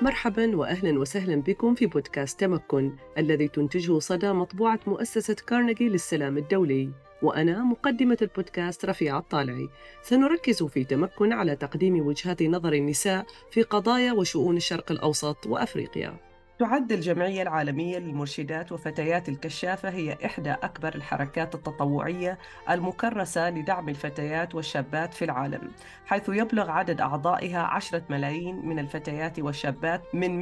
مرحباً وأهلاً وسهلاً بكم في بودكاست تمكن الذي تنتجه صدى مطبوعة مؤسسة كارنيغي للسلام الدولي، وأنا مقدمة البودكاست رفيعة الطالعي. سنركز في تمكن على تقديم وجهات نظر النساء في قضايا وشؤون الشرق الأوسط وأفريقيا. تعد الجمعية العالمية للمرشدات وفتيات الكشافة هي إحدى أكبر الحركات التطوعية المكرسة لدعم الفتيات والشابات في العالم، حيث يبلغ عدد أعضائها 10 ملايين من الفتيات والشابات من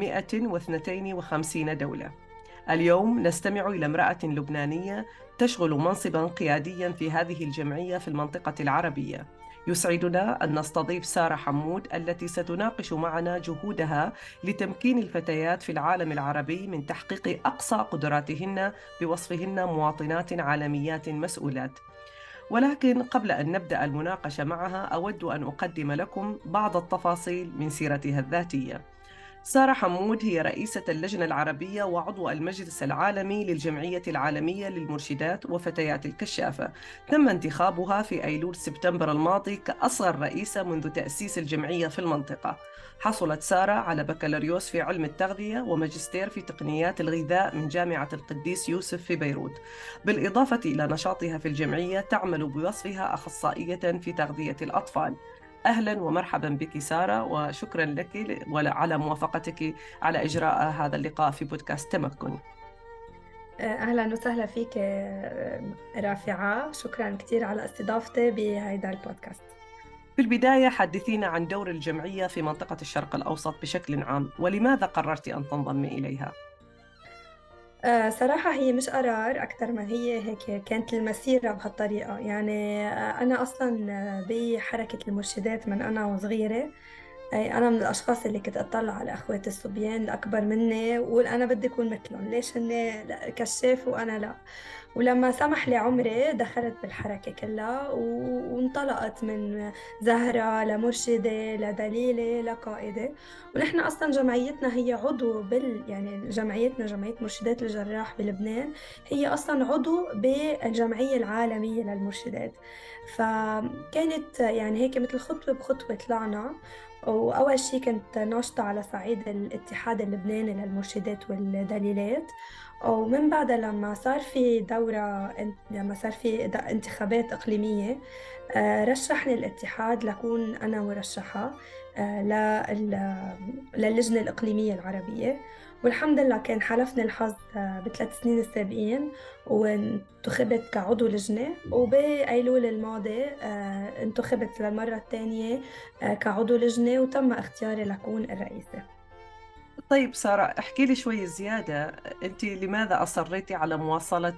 152 دولة. اليوم نستمع إلى امرأة لبنانية تشغل منصباً قيادياً في هذه الجمعية في المنطقة العربية. يسعدنا أن نستضيف سارة حمود التي ستناقش معنا جهودها لتمكين الفتيات في العالم العربي من تحقيق أقصى قدراتهن بوصفهن مواطنات عالميات مسؤولات. ولكن قبل أن نبدأ المناقشة معها أود أن أقدم لكم بعض التفاصيل من سيرتها الذاتية. سارة حمود هي رئيسة اللجنة العربية وعضو المجلس العالمي للجمعية العالمية للمرشدات وفتيات الكشافة. تم انتخابها في أيلول سبتمبر الماضي كأصغر رئيسة منذ تأسيس الجمعية في المنطقة. حصلت سارة على بكالوريوس في علم التغذية وماجستير في تقنيات الغذاء من جامعة القديس يوسف في بيروت. بالإضافة إلى نشاطها في الجمعية تعمل بوصفها أخصائية في تغذية الأطفال. أهلا ومرحبا بك سارة، وشكرا لك على موافقتك على إجراء هذا اللقاء في بودكاست تمكن. أهلا وسهلا فيك رافعة، شكرا كثير على استضافتي بهذا البودكاست. في البداية حدثينا عن دور الجمعية في منطقة الشرق الأوسط بشكل عام، ولماذا قررت أن تنضمي إليها؟ صراحة هي مش قرار أكثر ما هي هيك كانت المسيرة بهالطريقة. يعني أنا أصلا بحركة المرشدات من أنا وصغيرة. أنا من الأشخاص اللي كنت أطلع على أخواتي الصبيان الأكبر مني وأقول أنا بدي أكون مثلهم، ليش هن كشاف وأنا لا. ولما سمح لي عمري دخلت بالحركة كلها وانطلقت من زهرة لمرشدة لدليلة لقائدة. ونحن أصلا جمعيتنا هي عضو يعني جمعيتنا جمعية مرشدات الجراح بلبنان هي أصلا عضو بالجمعية العالمية للمرشدات. فكانت يعني هيك مثل خطوة بخطوة طلعنا. وأول شيء كنت ناشطة على صعيد الاتحاد اللبناني للمرشدات والدليلات. ومن بعدها لما صار في لما صار في انتخابات إقليمية، رشحني الاتحاد لكون أنا مرشحة للجنة الإقليمية العربية. والحمد لله كان حالفني الحظ ب3 سنين السابقين وانتخبت كعضو لجنة. وبأيلول الماضي انتخبت للمرة الثانية كعضو لجنة وتم اختياري لكون الرئيسة. طيب سارة، احكي لي شوي زيادة، أنت لماذا أصريتي على مواصلة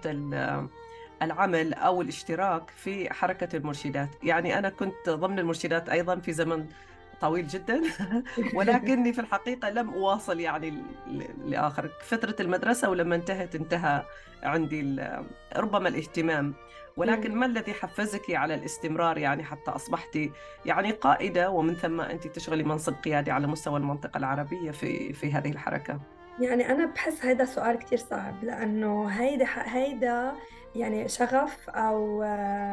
العمل أو الاشتراك في حركة المرشدات؟ يعني أنا كنت ضمن المرشدات أيضا في زمن طويل جدا ولكني في الحقيقة لم أواصل يعني لآخر فترة المدرسة، ولما انتهى عندي ربما الاهتمام. ولكن ما الذي حفزك على الاستمرار يعني حتى أصبحت يعني قائدة، ومن ثم أنت تشغلي منصب قيادي على مستوى المنطقة العربية في هذه الحركة؟ يعني أنا بحس هيدا سؤال كتير صعب، لأنه هيدا يعني شغف أو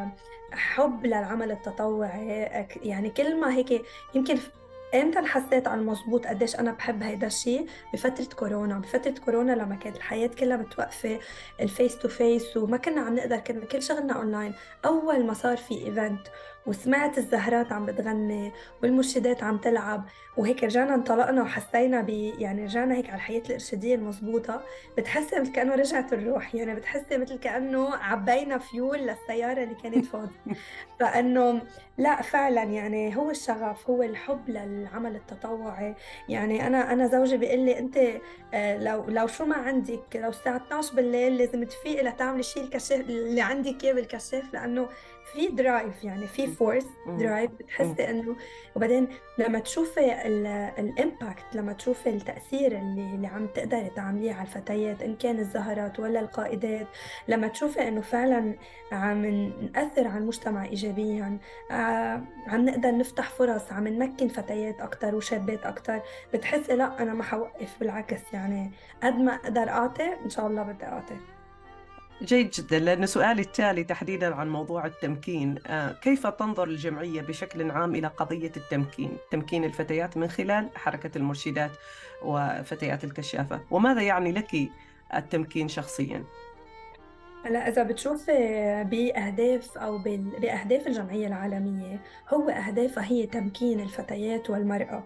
حب للعمل التطوعي. يعني كل ما هيك يمكن امتى حسيت على المظبوط قديش انا بحب هيدا الشيء؟ بفتره كورونا لما كانت الحياه كلها متوقفه، الفيس تو فيس، وما كنا عم نقدر، كنا كل شغلنا اونلاين. اول ما صار في ايفنت وسمعت الزهرات عم بتغني والمرشدات عم تلعب وهيك رجعنا انطلقنا وحسينا يعني رجعنا هيك على الحياة الإرشادية المضبوطة. بتحسي مثل كأنه رجعت الروح، يعني بتحسي مثل كأنه عبينا فيول للسيارة اللي كانت فاضية. فأنه لا فعلا يعني هو الشغف، هو الحب للعمل التطوعي. يعني أنا زوجي بيقول لي أنت لو شو ما عندك، لو الساعة 12 بالليل لازم تفيقي لتعملي شيء الكشاف اللي عندك إياه بالكشاف، لأنه في درايف، يعني في فورس درايف بتحسي أنه. وبعدين لما تشوفي الامباكت، لما تشوفي التأثير اللي عم تقدري تعمليه على الفتيات إن كان الزهرات ولا القائدات، لما تشوفي إنه فعلا عم نأثر على المجتمع إيجابيا، عم نقدر نفتح فرص، عم نمكن فتيات أكتر وشابات أكتر، بتحسي لا أنا ما حوقف، بالعكس يعني قد ما أقدر أعطي إن شاء الله بدي أعطي. جيد جدا، لأن سؤالي التالي تحديدا عن موضوع التمكين. كيف تنظر الجمعية بشكل عام إلى قضية التمكين، تمكين الفتيات من خلال حركة المرشدات وفتيات الكشافة؟ وماذا يعني لك التمكين شخصيا؟ هلا إذا بتشوفي بأهداف أو بأهداف الجمعية العالمية، هو أهدافها هي تمكين الفتيات والمرأة.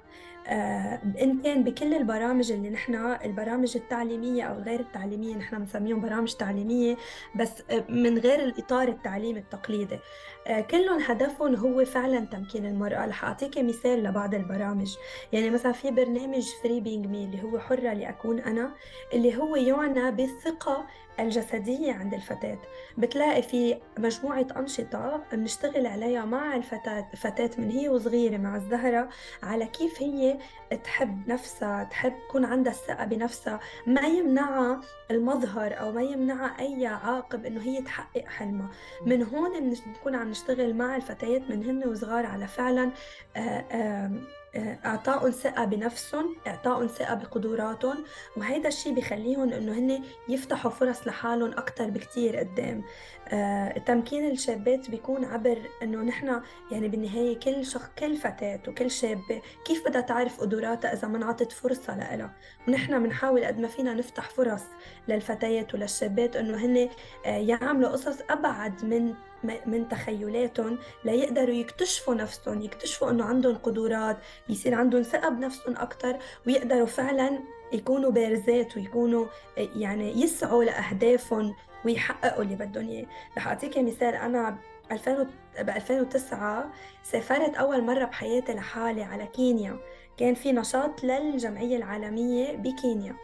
إن كان بكل البرامج اللي نحن، البرامج التعليمية أو غير التعليمية، نحن بنسميهم برامج تعليمية بس من غير الإطار التعليمي التقليدي. كلهم هدفهم هو فعلا تمكين المرأة. رح أعطيكي مثال لبعض البرامج. يعني مثلا في برنامج فري بينج مي اللي هو حرة لأكون أنا، اللي هو يعنى بالثقة الجسدية عند الفتاة. بتلاقي في مجموعة أنشطة بنشتغل عليها مع الفتاة من هي وصغيرة مع الزهرة، على كيف هي تحب نفسها، تحب تكون عندها الثقة بنفسها، ما يمنعها المظهر أو ما يمنعها أي عائق إنه هي تحقق حلمها. من هون بنكون عم نشتغل مع الفتيات من هن وصغار على فعلا آه، آه، إعطائهم ثقة بنفسهم، إعطائهم ثقة بقدراتهم. وهيدا الشيء بخليهم إنه هن يفتحوا فرص لحالهم أكتر بكتير قدام. تمكين الشابات بيكون عبر إنه نحن يعني بالنهاية كل فتاة وكل شابة كيف بدها تعرف قدراتها إذا ما انعطت فرصة لها. ونحن بنحاول قد ما فينا نفتح فرص للفتيات وللشابات إنه هن يعملوا قصص أبعد من تخيلاتهم، ليقدروا يكتشفوا نفسهم، يكتشفوا إنه عندهم قدرات، يصير عندهم ثقة بنفسهم أكتر، ويقدروا فعلا يكونوا بارزات ويكونوا يعني يسعوا لأهدافهم ويحققوا اللي بدهم إياه. رح أعطيك مثال. أنا 2000 ب 2009 سافرت أول مرة بحياتي لحالي على كينيا. كان في نشاط للجمعية العالمية بكينيا،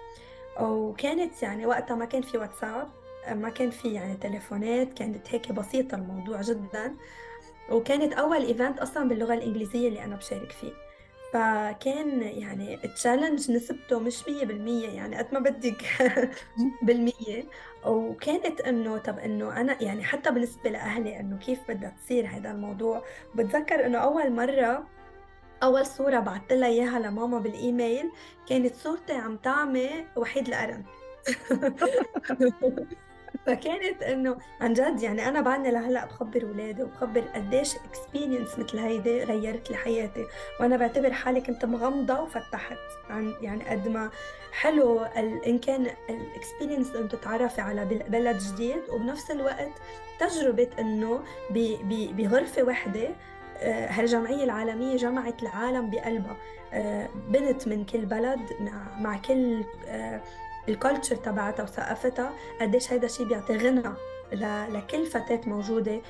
وكانت يعني وقتها ما كان في واتساب، ما كان في يعني تليفونات، كانت هيك بسيطة الموضوع جدا. وكانت أول إيفنت أصلا باللغة الإنجليزية اللي أنا بشارك فيه. فكان يعني التشالنج نسبته مش 100%، يعني قد ما بدك بالمية. وكانت إنه طب إنه أنا يعني حتى بالنسبة لأهلي إنه كيف بدها تصير هذا الموضوع. بتذكر إنه أول مرة، أول صورة بعثت لها إياها لماما بالإيميل كانت صورتي عم تعمي وحيد القرن. فكانت انه عن جد يعني انا بعدني لهلا بخبر اولادي وبخبر قديش اكسبيرينس مثل هيدي غيرت لي حياتي. وانا بعتبر حالي كنت مغمضه وفتحت. عن يعني قد ما حلو ان كان الاكسبيرينس انه تتعرفي على بلد جديد، وبنفس الوقت تجربه انه بغرفه وحده هالجمعيه العالميه جمعت العالم بقلبها. بنت من كل بلد مع كل الكالتشر تبعتها وثقافتها. قديش هيدا الشيء بيعطي غنى لكل فتاة موجودة،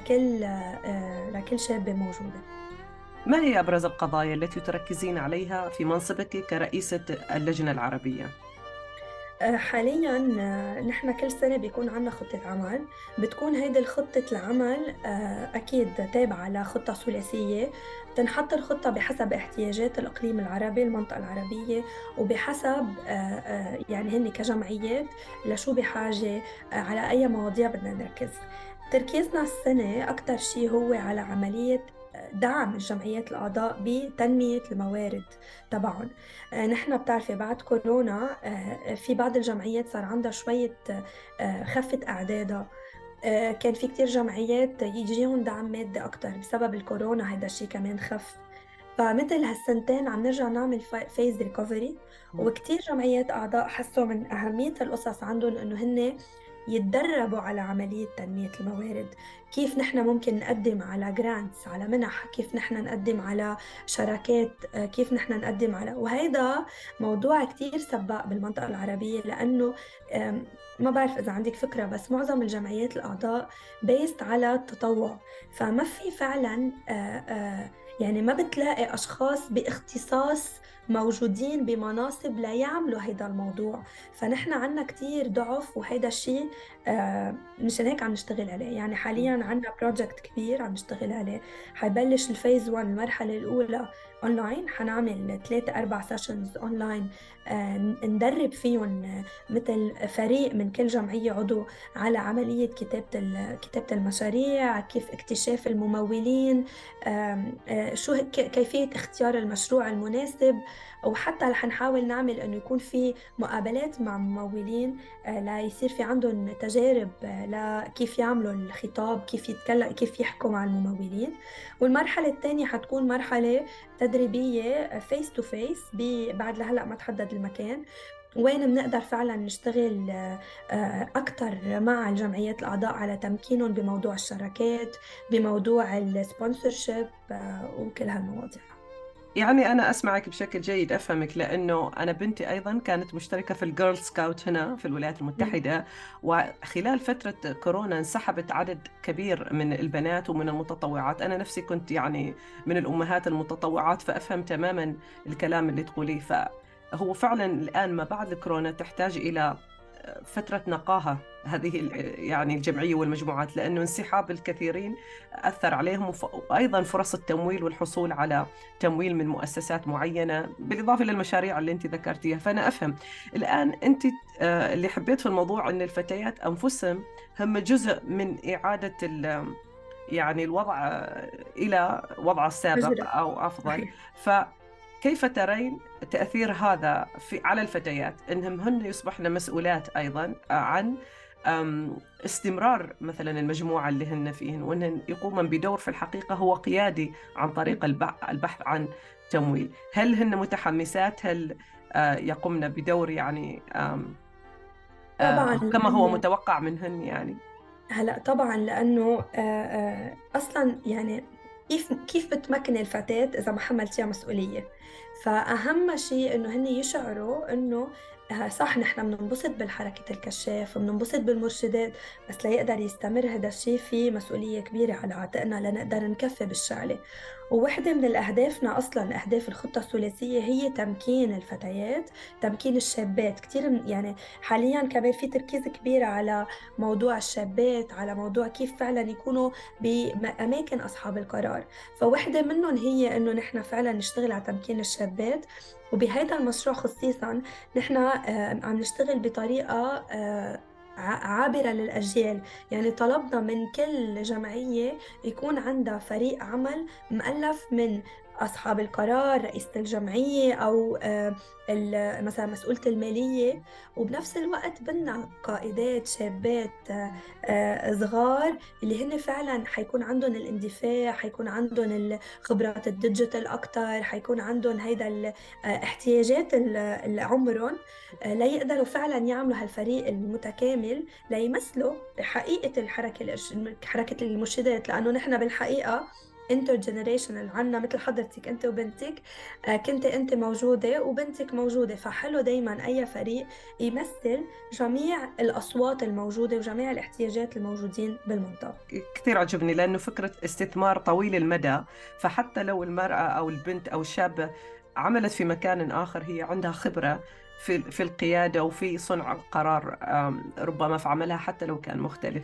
لكل شابة موجودة. ما هي أبرز القضايا التي تركزين عليها في منصبك كرئيسة اللجنة العربية؟ حاليا نحن كل سنة بيكون عنا خطة عمل. بتكون هيدي الخطة العمل أكيد تابعة لخطة ثلاثية. تنحط الخطة بحسب احتياجات الإقليم العربي، المنطقة العربية، وبحسب يعني هن كجمعيات لشو بحاجة، على أي مواضيع بدنا نركز. تركيزنا السنة أكتر شيء هو على عملية دعم الجمعيات الأعضاء بتنمية الموارد تبعهم. نحن بتعرفي بعد كورونا في بعض الجمعيات صار عندها شوية خفت أعدادها. كان في كتير جمعيات يجيهم دعم مادي أكتر بسبب الكورونا، هيدا الشيء كمان خف. فمثل هالسنتين عم نرجع نعمل فيز ريكفري. وكتير جمعيات أعضاء حسوا من أهمية القصص عندهم إنه هن يتدربوا على عملية تنمية الموارد. كيف نحن ممكن نقدم على جرانتس، على منح، كيف نحن نقدم على شراكات، كيف نحن نقدم على، وهيدا موضوع كتير سباق بالمنطقة العربية. لأنه ما بعرف إذا عندك فكرة، بس معظم الجمعيات الأعضاء بيست على التطوع. فما في فعلا يعني ما بتلاقي أشخاص باختصاص موجودين بمناصب لا يعملوا هيدا الموضوع. فنحن عنا كتير ضعف، وهيدا الشيء مشان هيك عم نشتغل عليه. يعني حاليا عنا بروجكت كبير عم نشتغل عليه. حيبلش الفيز 1 المرحلة الأولى أونلاين. حنعمل 3-4 سيشنز أونلاين ندرب فيهم مثل فريق من كل جمعية عضو على عملية كتابة المشاريع، كيف اكتشاف الممولين، كيفية اختيار المشروع المناسب، وحتى رح نحاول نعمل إنه يكون في مقابلات مع ممولين ليصير في عندهم تجارب لكيف يعملوا الخطاب، كيف يتكلم، كيف يحكوا مع الممولين. والمرحلة الثانية حتكون مرحلة تدريبية فيس تو فيس، بعد لهلأ ما تحدد المكان، وين بنقدر فعلا نشتغل أكتر مع الجمعيات الأعضاء على تمكينهم بموضوع الشراكات، بموضوع السبونسرشيب وكل هالمواضيع. يعني أنا أسمعك بشكل جيد، أفهمك، لأنه أنا بنتي أيضا كانت مشتركة في الجيرل سكاوت هنا في الولايات المتحدة، وخلال فترة كورونا انسحبت عدد كبير من البنات ومن المتطوعات. أنا نفسي كنت يعني من الأمهات المتطوعات، فأفهم تماما الكلام اللي تقوليه. فهو فعلا الآن ما بعد الكورونا تحتاج إلى فترة نقاهة هذه يعني الجمعية والمجموعات، لأنه انسحاب الكثيرين أثر عليهم، وأيضا فرص التمويل والحصول على تمويل من مؤسسات معينة، بالإضافة للمشاريع اللي أنت ذكرتيها. فأنا أفهم الآن أنت اللي حبيت في الموضوع أن الفتيات أنفسهم هم جزء من إعادة يعني الوضع إلى وضع السابق أو أفضل. فكيف ترين تأثير هذا على الفتيات، أنهم هن يصبحن مسؤولات أيضا عن استمرار مثلا المجموعة اللي هن فيهن، وأنهن يقومن بدور في الحقيقة هو قيادي عن طريق البحث عن تمويل؟ هل هن متحمسات؟ هل يقومن بدور يعني طبعا كما هو متوقع منهن يعني؟ هلا طبعا لانه اصلا يعني كيف بتمكن الفتاة اذا ما حملتيها مسؤولية؟ فاهم شيء انه هن يشعروا انه صح، نحن بننبسط بالحركة الكشاف وبننبسط بالمرشدات، بس ليقدر يستمر هذا الشيء في مسؤولية كبيرة على عاتقنا لنقدر نكفي بالشغلة. وواحدة من الأهدافنا أصلا، أهداف الخطة الثلاثية، هي تمكين الفتيات، تمكين الشابات كتير. يعني حاليا كمان في تركيز كبير على موضوع الشابات، على موضوع كيف فعلا يكونوا بأماكن أصحاب القرار. فواحدة منهم هي إنه نحن فعلا نشتغل على تمكين الشابات. وبهذا المشروع خصيصا نحن عم نشتغل بطريقة عابرة للأجيال. يعني طلبنا من كل جمعية يكون عندها فريق عمل مؤلف من أصحاب القرار، رئيسة الجمعية، أو مثلا مسؤولة المالية، وبنفس الوقت بدنا قائدات شابات صغار اللي هن فعلا حيكون عندهم الاندفاع، حيكون عندهم خبرات الديجيتال أكتر، حيكون عندهم هيدا احتياجات عمرهم، ليقدروا فعلا يعملوا هالفريق المتكامل ليمثلوا حقيقة حركة المرشدات. لأنه نحن بالحقيقة intergenerational، عنا مثل حضرتك أنت وبنتك، كنت أنت موجودة وبنتك موجودة، فحلو دايما أي فريق يمثل جميع الأصوات الموجودة وجميع الاحتياجات الموجودين بالمنطقة. كثير عجبني، لأنه فكرة استثمار طويل المدى. فحتى لو المرأة أو البنت أو الشابة عملت في مكان آخر، هي عندها خبرة في القيادة وفي صنع القرار، ربما في عملها حتى لو كان مختلف.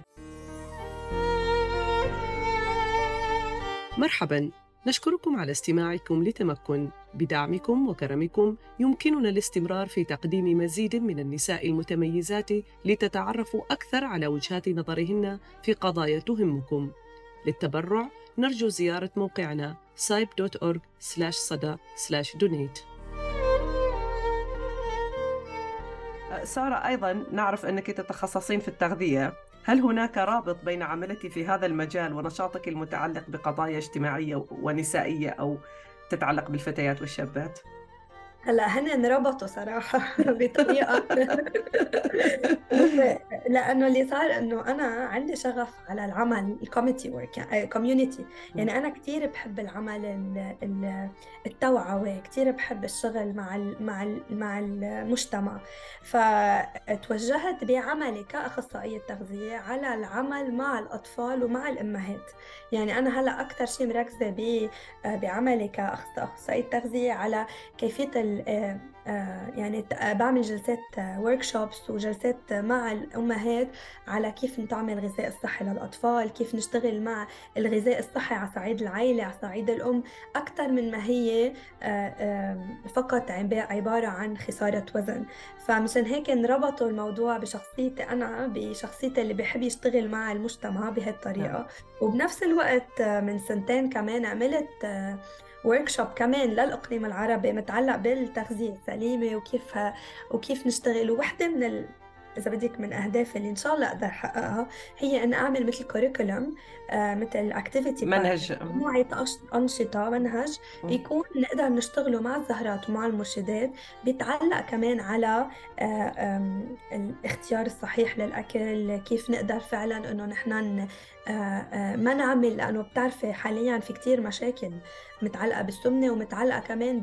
مرحباً، نشكركم على استماعكم لتمكن. بدعمكم وكرمكم يمكننا الاستمرار في تقديم مزيد من النساء المتميزات لتتعرفوا أكثر على وجهات نظرهن في قضايا تهمكم. للتبرع نرجو زيارة موقعنا saibe.org/sada/donate. سارة، أيضاً نعرف أنك تتخصصين في التغذية. هل هناك رابط بين عملك في هذا المجال ونشاطك المتعلق بقضايا اجتماعية ونسائية أو تتعلق بالفتيات والشابات؟ هلا هن ربطوا صراحة بطريقة لأنه اللي صار إنه أنا عندي شغف على العمل الكوميتي ورك، كوميونيتي. يعني أنا كتير بحب العمل التوعوي، كتير بحب الشغل مع المجتمع. فتوجهت بعملي كأخصائية تغذية على العمل مع الأطفال ومع الأمهات. يعني أنا هلا أكتر شيء مركزة بعملي كأخصائية تغذية على كيفية يعني بعمل جلسات workshops وجلسات مع الأمهات على كيف نطعم الغذاء الصحي للأطفال، كيف نشتغل مع الغذاء الصحي على صعيد العائلة، على صعيد الأم، أكثر من ما هي فقط عبارة عن خسارة وزن. فمشان هيك انربطوا الموضوع بشخصيتي أنا، بشخصيتي اللي بحب يشتغل مع المجتمع نعم. بهالطريقة. وبنفس الوقت من سنتين كمان عملت وركشوب كمان للإقليم العربي متعلق بالتغذية السليمة وكيف نشتغل. وواحدة إذا بدك من أهدافي اللي إن شاء الله أقدر أحققها هي أن أعمل مثل كوريكولم، مثل أكتيفيتي بلان، منهج. مجموعة أنشطة، منهج يكون نقدر نشتغله مع الزهرات ومع المرشدات، بيتعلق كمان على الاختيار الصحيح للأكل، كيف نقدر فعلا إنه نحن ما نعمل، لأنه بتعرفي حاليا في كتير مشاكل متعلقة بالسمنة ومتعلقة كمان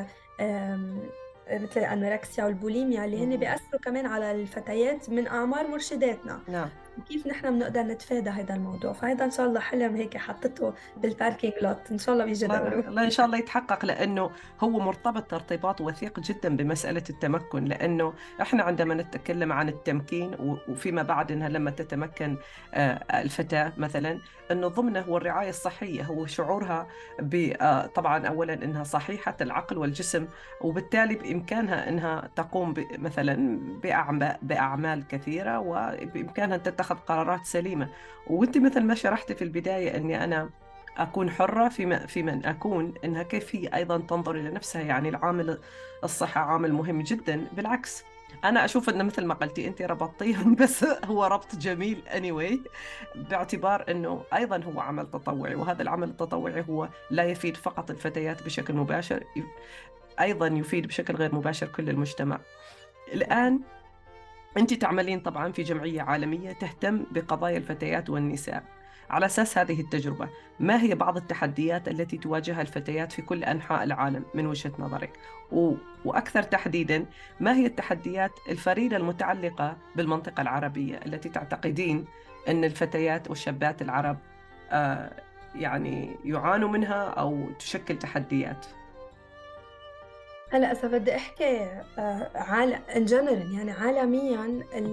مثل الأنوركسيا والبوليميا اللي هن بيأثروا كمان على الفتيات من أعمار مرشداتنا. نعم. كيف نحن بنقدر نتفادى هذا الموضوع؟ فهذا إن شاء الله حلم هيك حطيته بالباركينج لوت، إن شاء الله بيجي دوره. الله إن شاء الله يتحقق، لأنه هو مرتبط ارتباط وثيق جدا بمسألة التمكن. لأنه إحنا عندما نتكلم عن التمكين وفيما بعد إنها لما تتمكن الفتاة مثلا، أنه ضمنه هو الرعاية الصحية، هو شعورها طبعا أولا أنها صحيحة العقل والجسم، وبالتالي بإمكانها أنها تقوم مثلا بأعمال كثيرة، وبإمكانها أن تتخذ قرارات سليمة. وانت مثل ما شرحت في البداية أني أنا أكون حرة في من أكون، إنها كيف هي أيضا تنظر إلى نفسها. يعني العامل الصحة عامل مهم جدا. بالعكس، أنا أشوف أنه مثل ما قلتي أنت ربطتيهم بس هو ربط جميل anyway، باعتبار أنه أيضا هو عمل تطوعي، وهذا العمل التطوعي هو لا يفيد فقط الفتيات بشكل مباشر، أيضا يفيد بشكل غير مباشر كل المجتمع. الآن أنت تعملين طبعا في جمعية عالمية تهتم بقضايا الفتيات والنساء. على أساس هذه التجربة، ما هي بعض التحديات التي تواجهها الفتيات في كل أنحاء العالم من وجهة نظرك؟ وأكثر تحديدا، ما هي التحديات الفريدة المتعلقة بالمنطقة العربية التي تعتقدين أن الفتيات والشابات العرب يعني يعانوا منها أو تشكل تحديات؟ هلا إذا بدي أحكي in general يعني عالميا،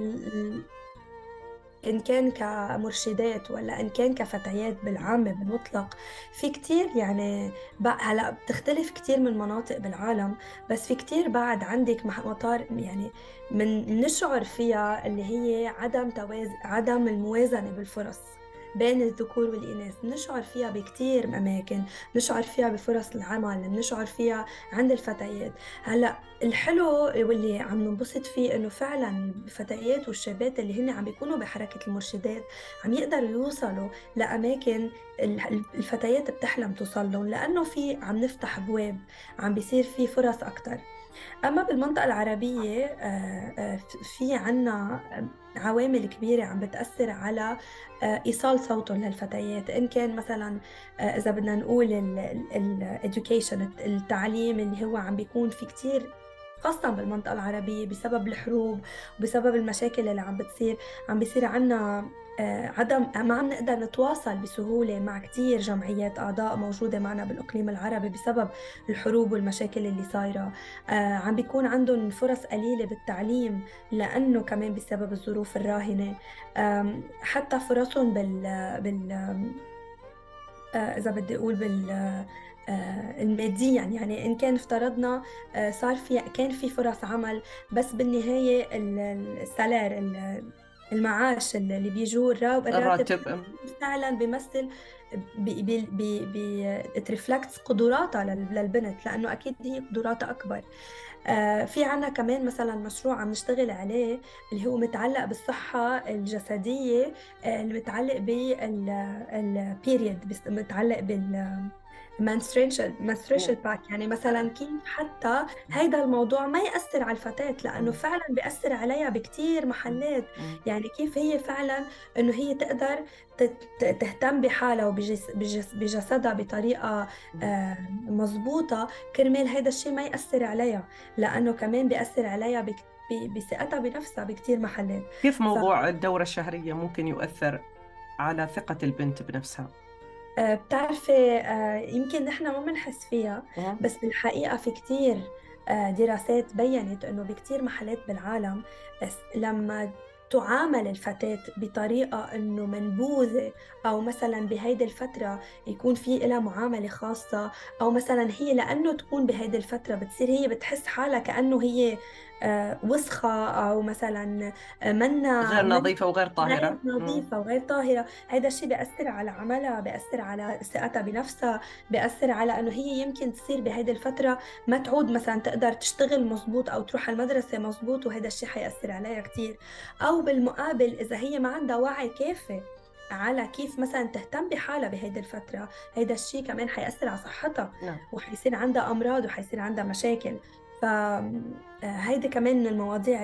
إن كان كمرشدات ولا إن كان كفتيات بالعامة بالمطلق، في كتير يعني هلا بتختلف كتير من مناطق بالعالم، بس في كتير بعد عندك مطار يعني من نشعر فيها اللي هي عدم الموازنة بالفرص بين الذكور والإناث. بنشعر فيها بكتير أماكن، بنشعر فيها بفرص العمل، بنشعر فيها عند الفتيات. هلا الحلو واللي عم ننبسط فيه انه فعلا الفتيات والشابات اللي هن عم بيكونوا بحركة المرشدات عم يقدروا يوصلوا لأماكن الفتيات بتحلم توصل لهم، لأنه عم نفتح أبواب، عم بيصير في فرص أكتر. أما بالمنطقة العربية في عنا عوامل كبيرة عم بتأثر على إيصال صوتهم للفتيات، إن كان مثلا إذا بدنا نقول الإديوكيشن، التعليم اللي هو عم بيكون في كتير خاصة بالمنطقة العربية بسبب الحروب وبسبب المشاكل اللي عم بيصير عنا عدم ما عم نقدر نتواصل بسهولة مع كتير جمعيات أعضاء موجودة معنا بالإقليم العربي بسبب الحروب والمشاكل اللي صايرة. عم بيكون عندهم فرص قليلة بالتعليم لأنه كمان بسبب الظروف الراهنة. حتى فرصهم بال إذا بدي أقول الماديا، يعني إن كان افترضنا كان في فرص عمل، بس بالنهاية السالار المعاش اللي بيجوا الراتب الراتب. فعلا بيمثل ترفلكتس قدراتها للبنت، لأنه أكيد هي قدراتها أكبر. في عنا كمان مثلا مشروع عم نشتغل عليه اللي هو متعلق بالصحة الجسدية، المتعلق بالبيريد، متعلق menstruation باك. يعني مثلا كيف حتى هيدا الموضوع ما يأثر على الفتاة، لأنه فعلا بيأثر عليها بكتير محلات. يعني كيف هي فعلا إنه هي تقدر تهتم بحالها وبجسدها بطريقة مظبوطة، كرمال هيدا الشيء ما يأثر عليها، لأنه كمان بيأثر عليها بثقتها بنفسها بكتير محلات. كيف موضوع الدورة الشهرية ممكن يؤثر على ثقة البنت بنفسها؟ بتعرفي يمكن نحن ما بنحس فيها، مم. بس بالحقيقة في كتير دراسات بيّنت إنه بكتير محلات بالعالم لما تعامل الفتاة بطريقة إنه منبوذة، أو مثلا بهيدي الفترة يكون في إلها معاملة خاصة، أو مثلا هي لأنه تكون بهيدي الفترة بتصير هي بتحس حالها كأنه هي وسخة، أو مثلا غير منا نظيفة وغير غير طاهرة. نظيفة وغير طاهرة. هذا الشيء بيأثر على عملها، بيأثر على ثقتها بنفسها، بيأثر على إنه هي يمكن تصير بهيدي الفترة ما تعود مثلا تقدر تشتغل مزبوط أو تروح المدرسة مزبوط، وهذا الشيء حيأثر عليها كتير. أو بالمقابل إذا هي ما عندها وعي كافي على كيف مثلا تهتم بحالها بهيدي الفترة، هيدا الشيء كمان حيأثر على صحتها، نعم. وحيصير عندها أمراض وحيصير عندها مشاكل. ف هيدي كمان من المواضيع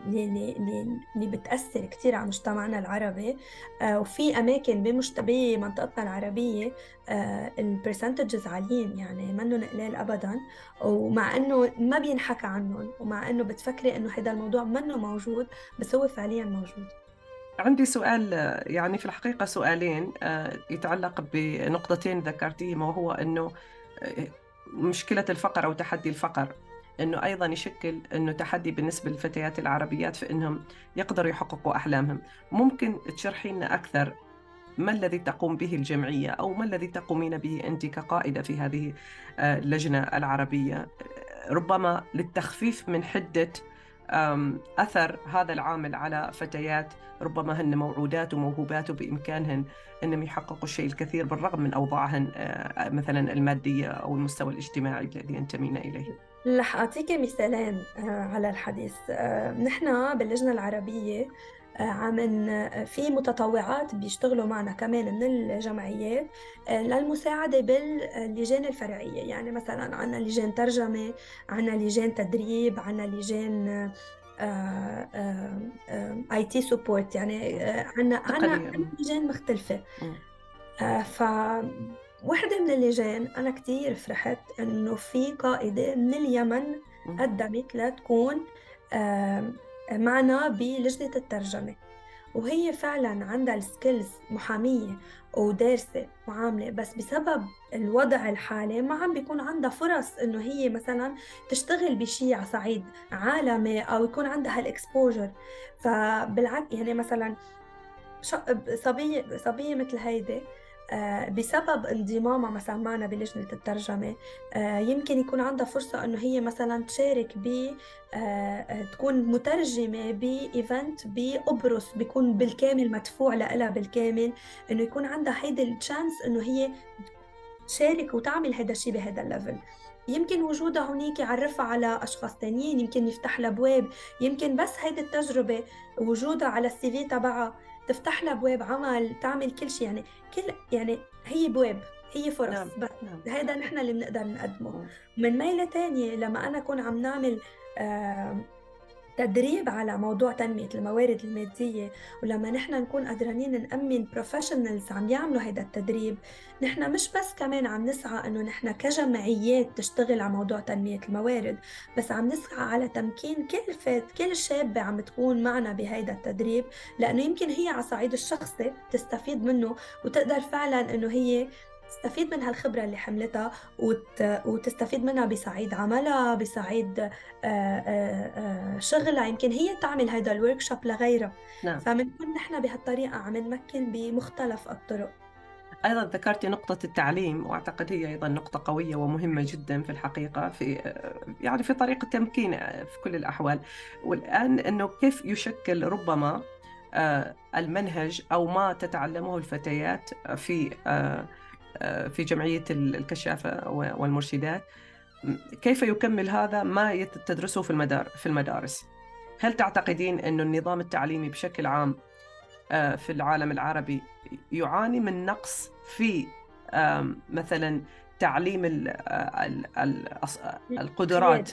اللي بتأثر كتير على مجتمعنا العربي. وفي أماكن بمنطقتنا العربية البرسنتجز عاليين، يعني منهم قليل أبدا، ومع إنه ما بينحكى عنهم، ومع إنه بتفكري إنه هذا الموضوع منه موجود، بس هو فعليا موجود. عندي سؤال، يعني في الحقيقة سؤالين يتعلق بنقطتين ذكرتيهما، وهو أنه مشكلة الفقر أو تحدي الفقر، أنه أيضا يشكل أنه تحدي بالنسبة للفتيات العربيات في أنهم يقدروا يحققوا أحلامهم. ممكن تشرحي لنا أكثر ما الذي تقوم به الجمعية، أو ما الذي تقومين به أنت كقائدة في هذه اللجنة العربية، ربما للتخفيف من حدة أثر هذا العامل على فتيات ربما هن موعودات وموهوبات وبإمكانهن أنهم يحققوا الشيء الكثير بالرغم من أوضاعهن مثلا المادية أو المستوى الاجتماعي الذي ينتمين إليه؟ رح أعطيك مثالين على الحديث. نحن باللجنة العربية في متطوعات بيشتغلوا معنا كمان من الجمعيات للمساعدة باللجان الفرعية. يعني مثلا عنا لجان ترجمة، عنا لجان تدريب، عنا لجان اي تي سبورت، يعني عنا تقنية. لجان مختلفة. م. ف وحدة من اللجان أنا كتير فرحت إنه في قائدة من اليمن م. قدمت لتكون معنا بلجنة الترجمة، وهي فعلا عندها السكيلز، محامية ودارسة معاملة، بس بسبب الوضع الحالي ما عم بيكون عندها فرص إنه هي مثلا تشتغل بشيء على صعيد عالمي، أو يكون عندها هالإكسبوجر. فبالعكس يعني مثلا صبية مثل هيدي بسبب انضمامها مثلا معنا بلجنة الترجمة يمكن يكون عندها فرصة انه هي مثلا تشارك تكون مترجمة بإيفنت بقبرص، بيكون بالكامل مدفوع لها بالكامل، انه يكون عندها هيدي التشانس انه هي تشارك وتعمل هذا الشيء بهذا الليفل. يمكن وجودها هونيك يعرفها على أشخاص تانيين، يمكن يفتح لها أبواب، يمكن بس هيدي التجربة وجودها على السي في تبعها تفتح لها أبواب عمل، تعمل كل شيء. يعني يعني هي أبواب، هي فرص. نعم. بس نعم. هيدا نحن اللي بنقدر نقدمه. م. من ميلة تانية لما أنا أكون عم نعمل تدريب على موضوع تنمية الموارد المادية، ولما نحن نكون قادرين نأمن بروفيشنالز عم يعملوا هيدا التدريب، نحن مش بس كمان عم نسعى انه نحن كجمعيات تشتغل على موضوع تنمية الموارد، بس عم نسعى على تمكين كل شابة عم تكون معنا بهيدا التدريب، لأنه يمكن هي على صعيد الشخصي تستفيد منه، وتقدر فعلا انه هي تستفيد من هالخبرة اللي حملتها وتستفيد منها بصعيد عملها، بصعيد شغلها، يمكن هي تعمل هذا الوركشوب لغيرها. نعم. فمنكون نحن بهالطريقة عم نمكن بمختلف الطرق. أيضا ذكرتي نقطة التعليم، وأعتقد هي أيضا نقطة قوية ومهمة جدا في الحقيقة، في يعني في طريق التمكين في كل الأحوال. والآن أنه كيف يشكل ربما المنهج أو ما تتعلمه الفتيات في جمعية الكشافة والمرشدات، كيف يكمل هذا ما تدرسه في المدارس؟ هل تعتقدين أن النظام التعليمي بشكل عام في العالم العربي يعاني من نقص في مثلا تعليم القدرات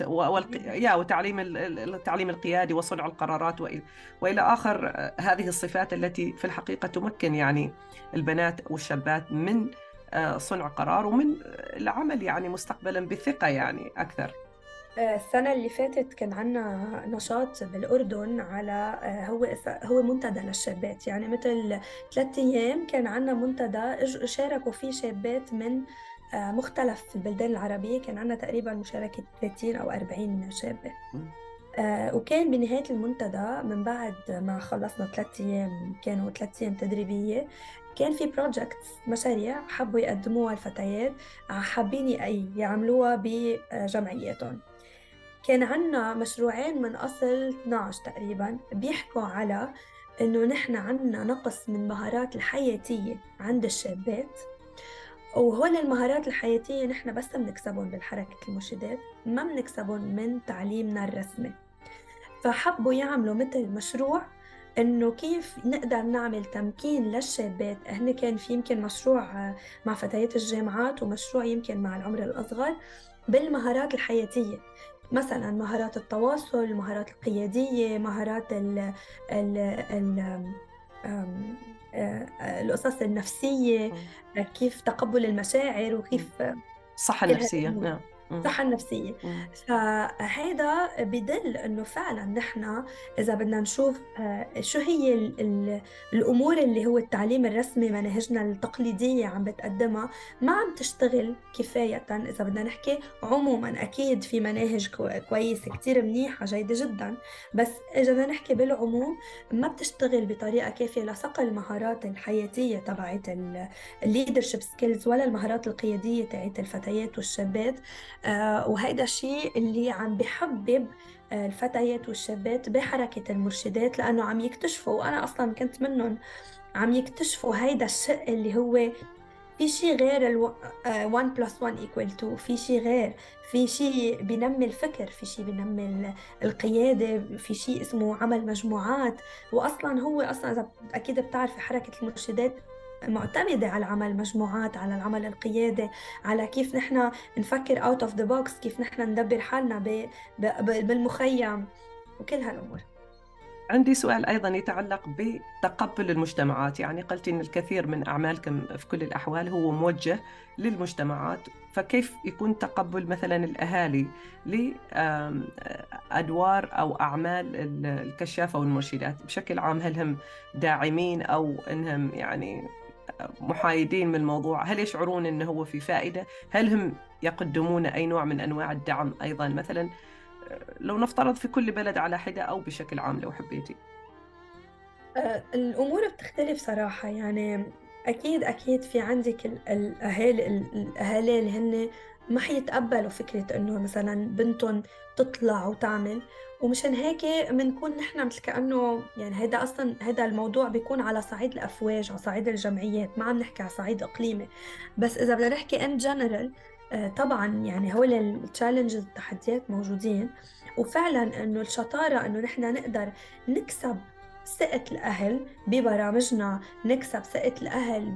وتعليم القيادي وصنع القرارات وإلى آخر هذه الصفات التي في الحقيقة تمكن يعني البنات والشابات من صنع قرار ومن العمل يعني مستقبلا بثقة يعني أكثر؟ السنة اللي فاتت كان عنا نشاط بالأردن على هو منتدى للشابات، يعني مثل 3 أيام كان عنا منتدى شاركوا فيه شابات من مختلف في البلدان العربية، كان عندنا تقريبا مشاركة 30 أو 40 شابة. وكان بنهاية المنتدى من بعد ما خلصنا 3 أيام، كانوا 3 أيام تدريبية، كان في بروجكتس، مشاريع حبوا يقدموها الفتيات، حابين يعملوها بجمعياتهم. كان عنا مشروعين من أصل 12 تقريبا بيحكوا على إنه نحن عنا نقص من المهارات الحياتية عند الشابات، وهول المهارات الحياتية نحن بس بنكسبهم بالحركة المرشدات، ما بنكسبهم من تعليمنا الرسمي. فحبوا يعملوا مثل مشروع إنه كيف نقدر نعمل تمكين للشابات. هن كان في يمكن مشروع مع فتيات الجامعات، ومشروع يمكن مع العمر الأصغر، بالمهارات الحياتية، مثلا مهارات التواصل، المهارات القيادية، مهارات ال القصص النفسية، كيف تقبل المشاعر، وكيف الصحة كل النفسية. هالأمور، نعم. الصحة النفسية. فهذا بدل انه فعلا نحن اذا بدنا نشوف شو هي الامور اللي هو التعليم الرسمي، مناهجنا التقليدية عم بتقدمها ما عم تشتغل كفاية. اذا بدنا نحكي عموما، اكيد في مناهج كويسة كتير منيحة جيدة جدا، بس اذا بدنا نحكي بالعموم ما بتشتغل بطريقة كافية لصقل المهارات الحياتية تبعت الليدرشيب سكيلز، ولا المهارات القيادية تبعت الفتيات والشابات. وهيدا الشيء اللي عم بحبب الفتيات والشابات بحركة المرشدات، لأنه عم يكتشفوا، وأنا أصلا كنت منهم، عم يكتشفوا هيدا الشيء اللي هو في شيء غير 1 plus 1 equal 2، في شيء غير، في شيء بينمي الفكر، في شيء بينمي القيادة، في شيء اسمه عمل مجموعات. وأصلا هو أصلا إذا أكيد بتعرفي حركة المرشدات معتمدة على عمل مجموعات، على العمل القيادي، على كيف نحن نفكر out of the box، كيف نحن ندبر حالنا بالمخيم، وكل هالأمور. عندي سؤال أيضا يتعلق بتقبل المجتمعات. يعني قلت إن الكثير من أعمالكم في كل الأحوال هو موجه للمجتمعات، فكيف يكون تقبل مثلا الأهالي لأدوار أو أعمال الكشافة والمرشدات بشكل عام؟ هل هم داعمين أو إنهم يعني محايدين من الموضوع؟ هل يشعرون إنه هو في فائدة؟ هل هم يقدمون أي نوع من أنواع الدعم أيضا، مثلا لو نفترض في كل بلد على حدة أو بشكل عام لو حبيتي؟ الأمور بتختلف صراحة، يعني أكيد في عندك الأهالي اللي هن ما حيتقبلوا فكرة إنه مثلا بنتهم تطلع وتعمل. ومشان هيك بنكون نحن مثل كأنه يعني هيدا أصلا، هيدا الموضوع بيكون على صعيد الأفواج، على صعيد الجمعيات، ما عم نحكي على صعيد إقليمي. بس إذا بدنا نحكي in general، طبعا يعني هول التشالنجز، التحديات موجودين. وفعلا إنه الشطارة إنه نحن نقدر نكسب ثقة الأهل ببرامجنا، نكسب ثقة الأهل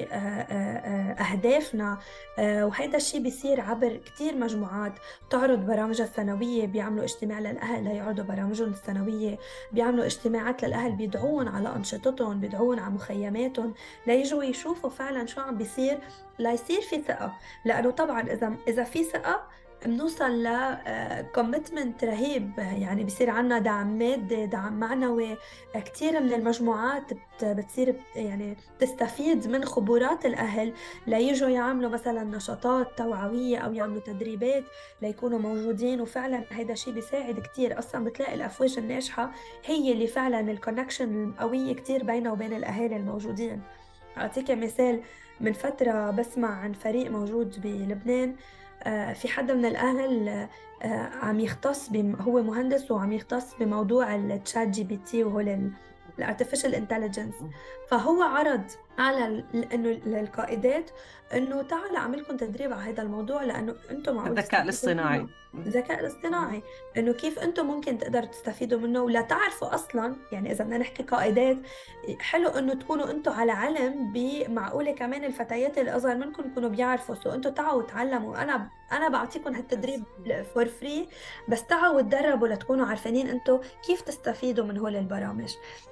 بأهدافنا. وهذا الشيء بيصير عبر كتير مجموعات تعرض برامجها السنوية، بيعملوا اجتماع للأهل ليعرضوا برامجهم السنوية، بيعملوا اجتماعات للأهل، بيدعون على أنشطتهم، بيدعون على مخيماتهم ليجوا يشوفوا فعلا شو عم بيصير، ليصير في ثقة. لأنه طبعا إذا في ثقة بنوصل لكوميتمنت رهيب، يعني بصير عنا دعم مادي، دعم معنوي. كتير من المجموعات بتصير يعني تستفيد من خبرات الأهل ليجوا يعملوا مثلا نشاطات توعوية أو يعملوا تدريبات ليكونوا موجودين. وفعلا هيدا الشيء بيساعد كتير. أصلا بتلاقي الأفواج الناجحة هي اللي فعلا الكونكشن القوية كتير بينها وبين الأهالي الموجودين. أعطيك مثال، من فترة بسمع عن فريق موجود بلبنان، في حدا من الأهل عم يختص هو مهندس وعم يختص بموضوع التشات جي بي تي وهو الارتفيشال انتليجنس. فهو عرض على انه للقائدات انه تعالوا اعمل لكم تدريب على هذا الموضوع، لانه انتم معقول الذكاء تستفيدوا الاصطناعي. منه. الذكاء الاصطناعي، انه كيف انتم ممكن تقدروا تستفيدوا منه ولا تعرفوا اصلا. يعني اذا بدنا نحكي قائدات، حلو انه تكونوا انتم على علم بمعقوله كمان الفتيات اللي اصغر منكم يكونوا بيعرفوا، سو انتم تعالوا تعلموا. انا بعطيكم هالتدريب فور فري، بس تعالوا تدربوا لتكونوا عارفين انتم كيف تستفيدوا من هول البرامج.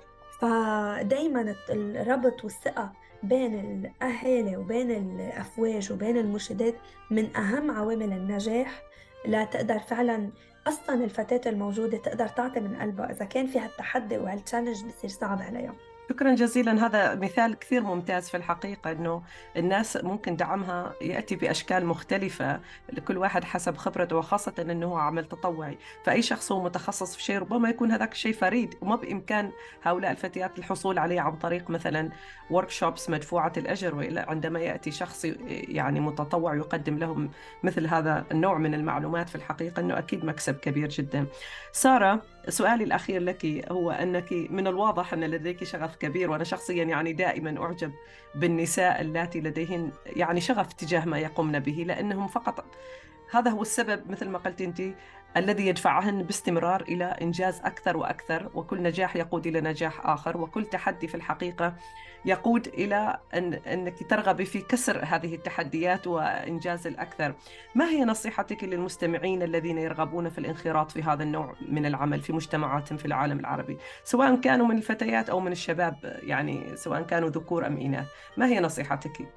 فدايما الربط والثقة بين الأهالي وبين الأفواج وبين المرشدات من أهم عوامل النجاح، لا تقدر فعلا أصلا الفتاة الموجودة تقدر تعطي من قلبها. إذا كان في هالتحدي وهالتشالنج بصير صعب عليها. شكرا جزيلا. هذا مثال كثير ممتاز في الحقيقة، أنه الناس ممكن دعمها يأتي بأشكال مختلفة لكل واحد حسب خبرته، وخاصة أنه هو عمل تطوعي. فأي شخص هو متخصص في شيء ربما يكون هذاك الشيء فريد وما بإمكان هؤلاء الفتيات الحصول عليه عن طريق مثلا workshops مدفوعة الأجر، وإلا عندما يأتي شخص يعني متطوع يقدم لهم مثل هذا النوع من المعلومات، في الحقيقة أنه أكيد مكسب كبير جدا. سارة، سؤالي الأخير لك هو أنك من الواضح أن لديك شغف كبير، وأنا شخصيا يعني دائما أعجب بالنساء اللاتي لديهن يعني شغف تجاه ما يقومن به، لأنهم فقط هذا هو السبب مثل ما قلت أنت الذي يدفعهن باستمرار إلى إنجاز أكثر وأكثر، وكل نجاح يقود إلى نجاح آخر، وكل تحدي في الحقيقة يقود إلى أنك ترغبي في كسر هذه التحديات وإنجاز الأكثر. ما هي نصيحتك للمستمعين الذين يرغبون في الانخراط في هذا النوع من العمل في مجتمعاتهم في العالم العربي، سواء كانوا من الفتيات أو من الشباب، يعني سواء كانوا ذكور أم إناث؟ ما هي نصيحتك؟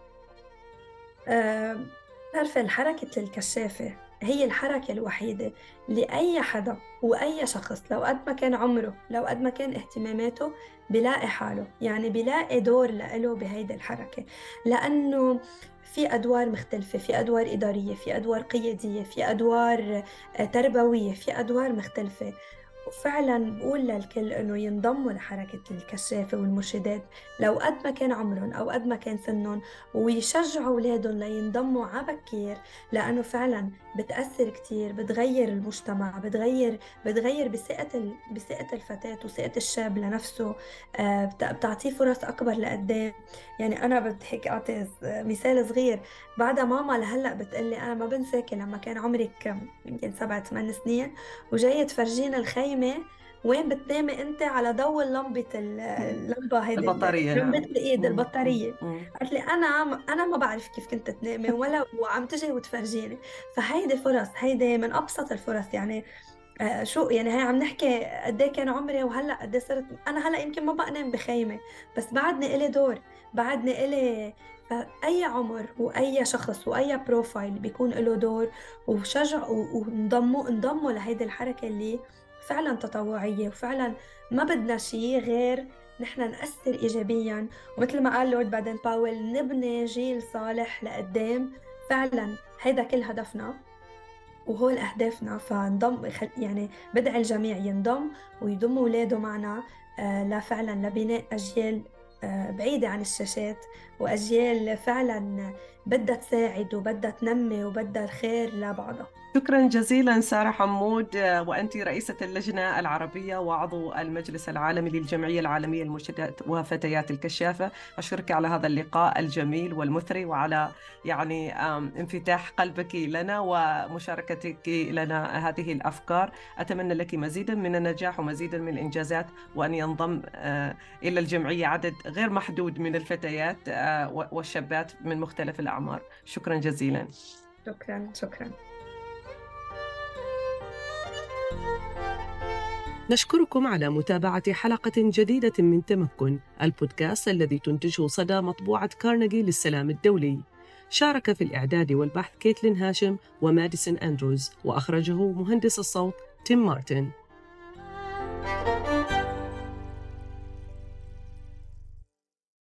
آه، تعرفي الحركة الكشافة هي الحركة الوحيدة لأي حدا وأي شخص، لو قد ما كان عمره، لو قد ما كان اهتماماته، بيلاقي حاله، يعني بيلاقي دور لإله بهيدي الحركة. لأنه في أدوار مختلفة، في أدوار إدارية، في أدوار قيادية، في أدوار تربوية، في أدوار مختلفة. وفعلا بقول للكل انه ينضموا لحركة الكشافة والمرشدات لو قد ما كان عمرهم او قد ما كان سنهم، ويشجعوا اولادهم لينضموا عبكير، لانه فعلا بتأثر كتير، بتغير المجتمع، بتغير بثقة الفتاة وثقة الشاب لنفسه. بتعطيه فرص اكبر لقدام. يعني انا بضحك اعطي مثال صغير. بعد ماما لهلا بتقلي انا ما بنساكي لما كان عمرك يمكن 7 8 سنين وجاية تفرجينا الخيمة وين بتنامي انت على ضوء لمبة اللمبة هيدي البطارية، لمبة نعم. الايد البطارية. مم. قالت لي انا ما بعرف كيف كنت تنامي ولا وعم تجي وتفرجيني. فهيدي فرص، هيدي من ابسط الفرص. يعني شو يعني، هي عم نحكي قد ايه كان عمري وهلا قد ايه صرت انا. هلا يمكن ما بقى انام بخيمه، بس بعدني الي دور، بعدني الي. فاي عمر واي شخص واي بروفايل بيكون له دور. وشجع انضموا لهيدي الحركه اللي فعلا تطوعيه، وفعلا ما بدنا شيء غير نحن نأثر إيجابيا. ومثل ما قال لورد بادن باول، نبني جيل صالح لقدام. فعلا هيدا كل هدفنا وهول أهدافنا. فنضم يعني بدعي الجميع ينضم ويضم أولاده معنا، لا فعلا لبناء أجيال بعيدة عن الشاشات، وأجيال فعلا بدها تساعد وبدها تنمي وبدها الخير لبعضها. شكرا جزيلا سارة حمود، وأنت رئيسة اللجنة العربية وعضو المجلس العالمي للجمعية العالمية للمرشدات وفتيات الكشافة. أشكرك على هذا اللقاء الجميل والمثري، وعلى يعني انفتاح قلبك لنا ومشاركتك لنا هذه الأفكار. أتمنى لك مزيدا من النجاح ومزيدا من الإنجازات، وأن ينضم إلى الجمعية عدد غير محدود من الفتيات والشابات من مختلف الأعمار. شكرا جزيلا. شكرا شكرا. نشكركم على متابعة حلقة جديدة من تمكن، البودكاست الذي تنتجه صدى مطبوعة كارنيجي للسلام الدولي. شارك في الإعداد والبحث كيتلين هاشم وماديسون أندروز، وأخرجه مهندس الصوت تيم مارتن.